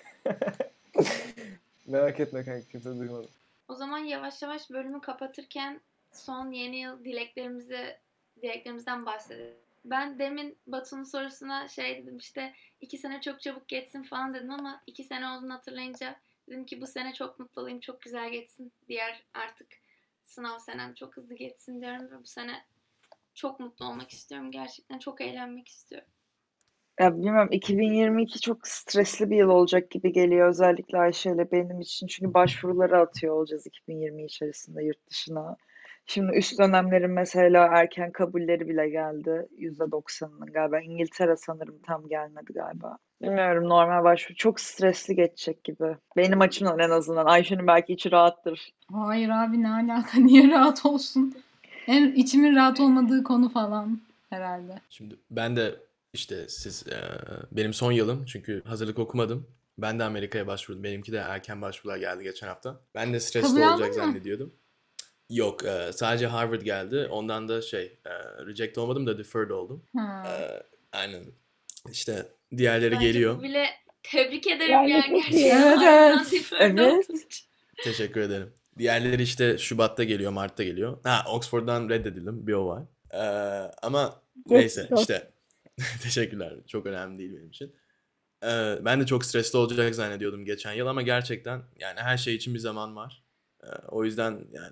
Merak etme kanka, kimse duymadı. O zaman yavaş yavaş bölümü kapatırken son yeni yıl dileklerimizi dileklerimizden bahsedelim. Ben demin Batu'nun sorusuna şey dedim, işte iki sene çok çabuk geçsin falan dedim ama iki sene olduğunu hatırlayınca dedim ki bu sene çok mutlu olayım, çok güzel geçsin. Diğer artık sınav senem çok hızlı geçsin diyorum ve bu sene çok mutlu olmak istiyorum. Gerçekten çok eğlenmek istiyorum. Ya bilmiyorum, iki bin yirmi iki çok stresli bir yıl olacak gibi geliyor özellikle Ayşe ile benim için. Çünkü başvuruları atıyor olacağız iki bin yirmi içerisinde yurt dışına. Şimdi üst dönemlerin mesela erken kabulleri bile geldi. yüzde doksanının galiba. İngiltere sanırım tam gelmedi galiba. Bilmiyorum, normal başvuru çok stresli geçecek gibi. Benim açımdan en azından. Ayşe'nin belki içi rahattır. Hayır abi ne alaka? Niye rahat olsun? En içimin rahat olmadığı konu falan herhalde. Şimdi ben de işte siz e, benim son yılım çünkü hazırlık okumadım. Ben de Amerika'ya başvurdum. Benimki de erken başvurular geldi geçen hafta. Ben de stresli Kabul aldın olacak mı? zannediyordum. Yok, e, sadece Harvard geldi. Ondan da şey, e, reject olmadım da deferred oldum. Ha. E, aynen. İşte diğerleri Bence geliyor. bu bile tebrik ederim Yani yani, çok iyi. gerçekten. Evet, Harbiden evet. deferred Evet. oldum. Teşekkür ederim. Diğerleri işte Şubat'ta geliyor, Mart'ta geliyor. Ha, Oxford'dan reddedildim. Bir o var. E, ama neyse Geçmiş olsun. işte. Teşekkürler. Çok önemli değil benim için. Ee, ben de çok stresli olacak zannediyordum geçen yıl ama gerçekten yani her şey için bir zaman var. Ee, o yüzden yani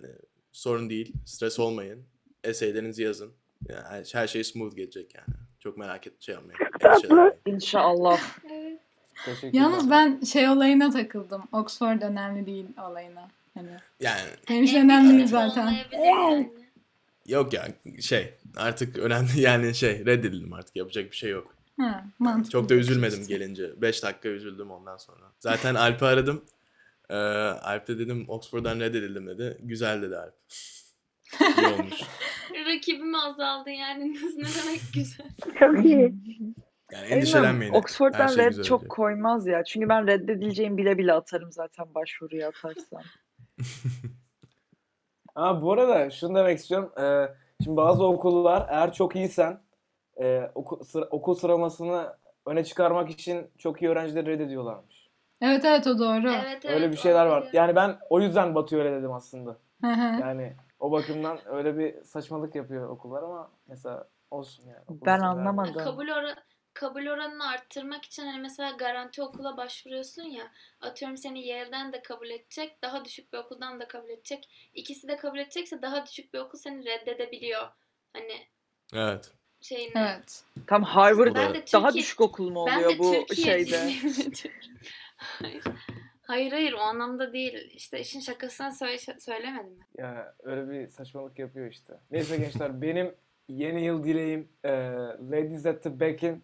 Sorun değil. Stres olmayın. Essay'lerinizi yazın. Yani her, her şey smooth geçecek yani. Çok merak et şey yapmayın. endişelenmeyin. İnşallah. Evet. Teşekkürler. Yalnız ben şey olayına takıldım. Oxford önemli değil olayına. Hani Yani benim için En önemli değil büyük zaten. olmayabilir yani. yok ya şey artık önemli yani şey reddedildim artık yapacak bir şey yok. Ha, mantıklı. Çok da üzülmedim gelince. beş dakika üzüldüm ondan sonra. Zaten Alp'i aradım. Ee, Alp'e dedim Oxford'dan reddedildim dedi. Güzel dedi Alp. İyi olmuş. Rakibim azaldı yani. Ne demek güzel. Çok iyi. Yani Bilmem, endişelenmeyin. Her Oxford'dan şey red güzel çok olacak. koymaz ya. Çünkü ben reddedileceğimi bile bile atarım zaten başvuruya atarsam. Ama bu arada şunu demek istiyorum. Ee, şimdi bazı okullar eğer çok iyisen e, oku, sıra- okul sıralamasını öne çıkarmak için çok iyi öğrencileri reddediyorlarmış. Evet evet o doğru. Evet, evet, Öyle bir şeyler var. olabilir. Yani ben o yüzden Batu'yu öyle dedim aslında. Hı hı. Yani o bakımdan öyle bir saçmalık yapıyor okullar ama mesela olsun yani. Okul Ben isim anlamadım. vermiyor. Kabul oranı kabul oranını arttırmak için hani mesela garanti okula başvuruyorsun ya, atıyorum seni Yale'den de kabul edecek, daha düşük bir okuldan da kabul edecek. İkisi de kabul edecekse daha düşük bir okul seni reddedebiliyor. Hani Evet. şeyini. Evet. Tam Harvard Ben de daha Türkiye- düşük okul mu Ben oluyor de bu Türkiye şeyde? hayır. hayır hayır o anlamda değil. İşte işin şakasını söyle, söylemedim mi? Ya öyle bir saçmalık yapıyor işte. Neyse gençler benim yeni yıl dileğim e, Ladies at the Back'in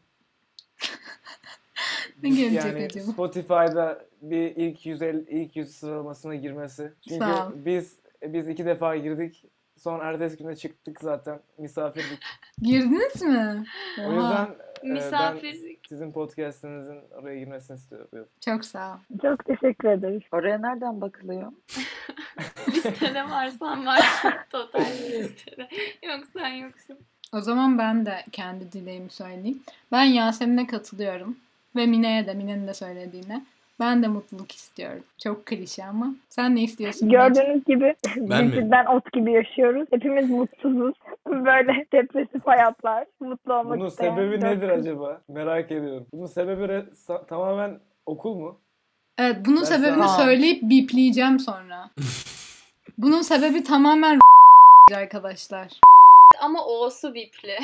Ne gelecek yani acaba? Spotify'da bir ilk yüz elli ilk yüz sıralamasına girmesi. Çünkü Sağ ol. biz biz iki defa girdik. Son ertesi günde çıktık zaten. Misafirdik. Girdiniz mi? O Oha. yüzden e, ben Misafirlik. sizin podcast'ınızın oraya girmesini istiyorum. Çok sağ ol. Çok teşekkür ederiz. Oraya nereden bakılıyor? Listede varsan varsın total listede. Yoksan yoksun. O zaman ben de kendi dileğimi söyleyeyim. Ben Yasemin'e katılıyorum. Ve Mine'ye de, Mine'nin de söylediğine. Ben de mutluluk istiyorum. Çok klişe ama. Sen ne istiyorsun Mineciğim? Gördüğünüz gibi Ben biz mi? cidden ot gibi yaşıyoruz. Hepimiz mutsuzuz. Böyle depresif hayatlar. Mutlu olmak Bunun isteyen sebebi dört nedir kız. acaba? Merak ediyorum. Bunun sebebi re- sa- tamamen okul mu? Evet, bunun Ben sebebini sana- söyleyip bipleyeceğim sonra. Bunun sebebi tamamen arkadaşlar. Ama O'su bipli.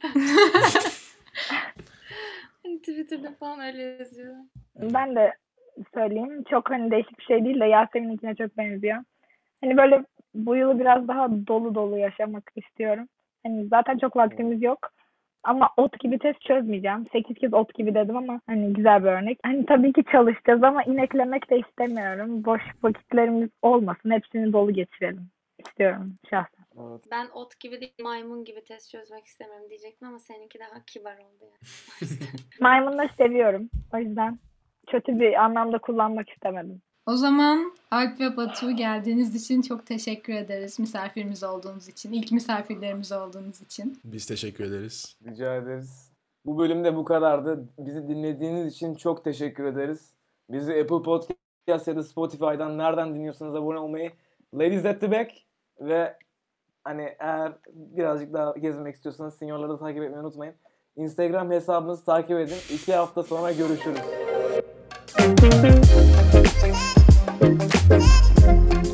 Hani Twitter'da falan öyle yazıyor. Ben de söyleyeyim. Çok hani değişik bir şey değil de Yasemin'inkine çok benziyor. Hani böyle bu yılı biraz daha dolu dolu yaşamak istiyorum. Hani zaten çok vaktimiz yok. Ama ot gibi test çözmeyeceğim. sekiz kez ot gibi dedim ama hani güzel bir örnek. Hani tabii ki çalışacağız ama ineklemek de istemiyorum. Boş vakitlerimiz olmasın. Hepsini dolu geçirelim istiyorum şahsen. Evet. Ben ot gibi değil maymun gibi test çözmek istemiyorum diyecektim ama seninki daha kibar oldu yani. Maymunları seviyorum. O yüzden kötü bir anlamda kullanmak istemedim. O zaman Alp ve Batu geldiğiniz için çok teşekkür ederiz. Misafirimiz olduğunuz için. İlk misafirlerimiz olduğunuz için. Biz teşekkür ederiz. Rica ederiz. Bu bölümde bu kadardı. Bizi dinlediğiniz için çok teşekkür ederiz. Bizi Apple Podcast ya da Spotify'dan nereden dinliyorsanız abone olmayı, Ladies at the Back ve hani eğer birazcık daha gezmek istiyorsanız Senior'ları da takip etmeyi unutmayın. Instagram hesabımızı takip edin. İki hafta sonra görüşürüz.